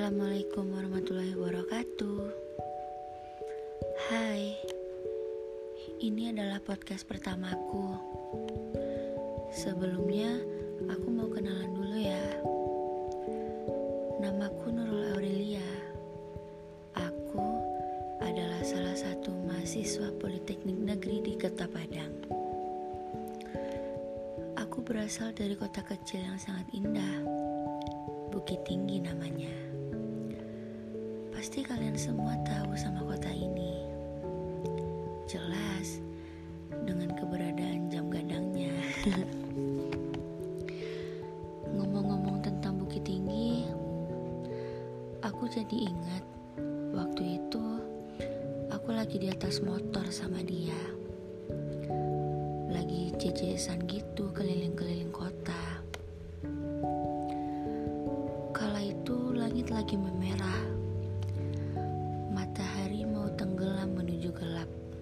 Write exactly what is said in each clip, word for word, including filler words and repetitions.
Assalamualaikum warahmatullahi wabarakatuh. Hai, ini adalah podcast pertamaku. Sebelumnya, aku mau kenalan dulu ya. Namaku Nurul Aurelia. Aku adalah salah satu mahasiswa Politeknik Negeri di Kota Padang. Aku berasal dari kota kecil yang sangat indah, Bukit Tinggi namanya. Pasti kalian semua tahu sama kota ini. Jelas, dengan keberadaan jam gadangnya. Ngomong-ngomong tentang Bukit Tinggi, aku jadi ingat waktu itu aku lagi di atas motor sama dia. Lagi jejesan gitu keliling-keliling kota. Kala itu langit lagi memerah. Matahari mau tenggelam menuju gelap.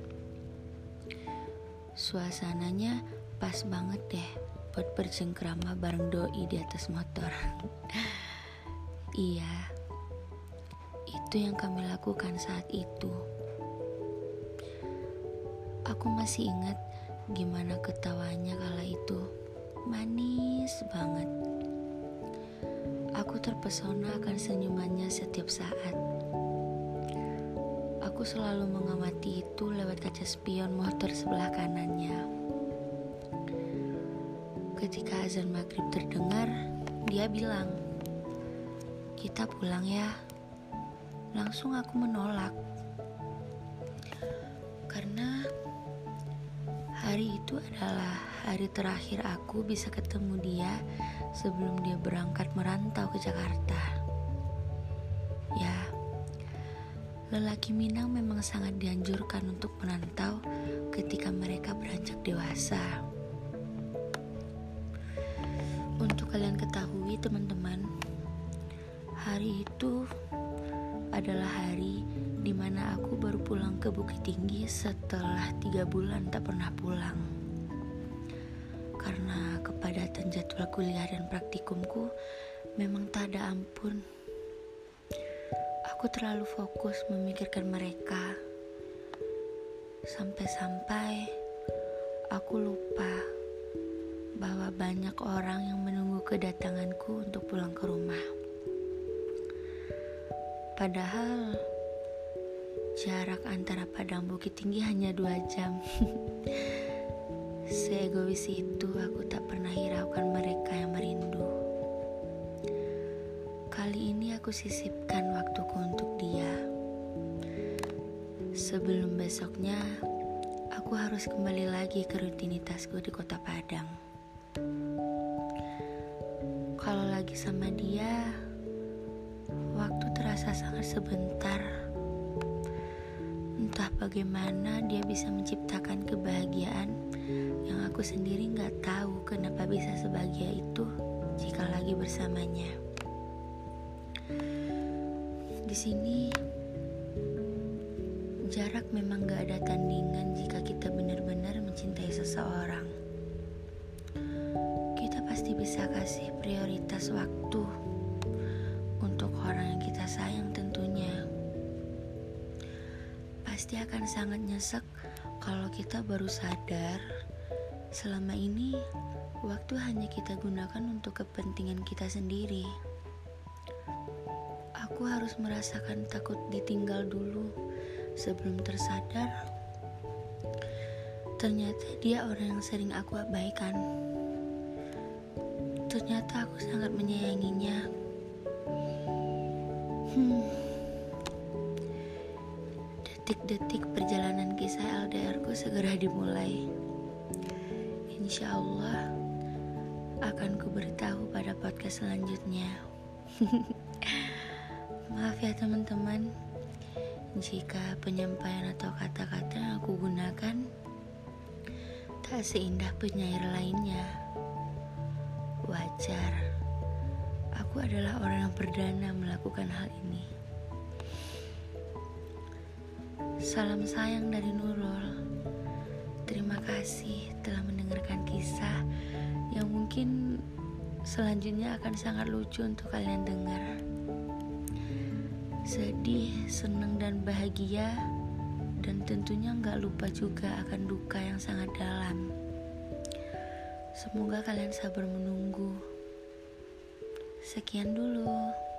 Suasananya pas banget deh buat bercengkrama bareng doi di atas motor. Iya, itu yang kami lakukan saat itu. Aku masih ingat gimana ketawanya kala itu. Manis banget. Aku terpesona akan senyumannya setiap saat. Aku selalu mengamati itu lewat kaca spion motor sebelah kanannya. Ketika azan maghrib terdengar, dia bilang, "Kita pulang ya." Langsung aku menolak. Karena hari itu adalah hari terakhir aku bisa ketemu dia sebelum dia berangkat merantau ke Jakarta. Ya, lelaki Minang memang sangat dianjurkan untuk merantau ketika mereka beranjak dewasa. Untuk kalian ketahui teman-teman, hari itu adalah hari di mana aku baru pulang ke Bukit Tinggi setelah tiga bulan tak pernah pulang. Karena kepadatan jadwal kuliah dan praktikumku memang tak ada ampun. Aku terlalu fokus memikirkan mereka. Sampai-sampai aku lupa bahwa banyak orang yang menunggu kedatanganku untuk pulang ke rumah. Padahal jarak antara Padang Bukit Tinggi hanya dua jam. Seegois itu aku tak pernah hiraukan mereka yang merindu. Kali ini aku sisipkan waktuku untuk dia. Sebelum besoknya, aku harus kembali lagi ke rutinitasku di kota Padang. Kalau lagi sama dia, waktu terasa sangat sebentar. Entah bagaimana dia bisa menciptakan kebahagiaan yang aku sendiri gak tahu kenapa bisa sebahagia itu jika lagi bersamanya. Di sini jarak memang gak ada tandingan jika kita benar-benar mencintai seseorang. Kita pasti bisa kasih prioritas waktu untuk orang yang kita sayang tentunya. Pasti akan sangat nyesek kalau kita baru sadar selama ini waktu hanya kita gunakan untuk kepentingan kita sendiri. Aku harus merasakan takut ditinggal dulu sebelum tersadar ternyata dia orang yang sering aku abaikan. Ternyata aku sangat menyayanginya. Hmm. Detik-detik perjalanan kisah L D R ku segera dimulai. Insya Allah akan ku beritahu pada podcast selanjutnya. Maaf ya teman-teman jika penyampaian atau kata-kata yang aku gunakan tak seindah penyair lainnya. Wajar, aku adalah orang yang perdana melakukan hal ini. Salam sayang dari Nurul. Terima kasih telah mendengarkan kisah yang mungkin selanjutnya akan sangat lucu untuk kalian dengar. sedih, senang, dan bahagia, dan tentunya gak lupa juga akan duka yang sangat dalam. Semoga kalian sabar menunggu. Sekian dulu.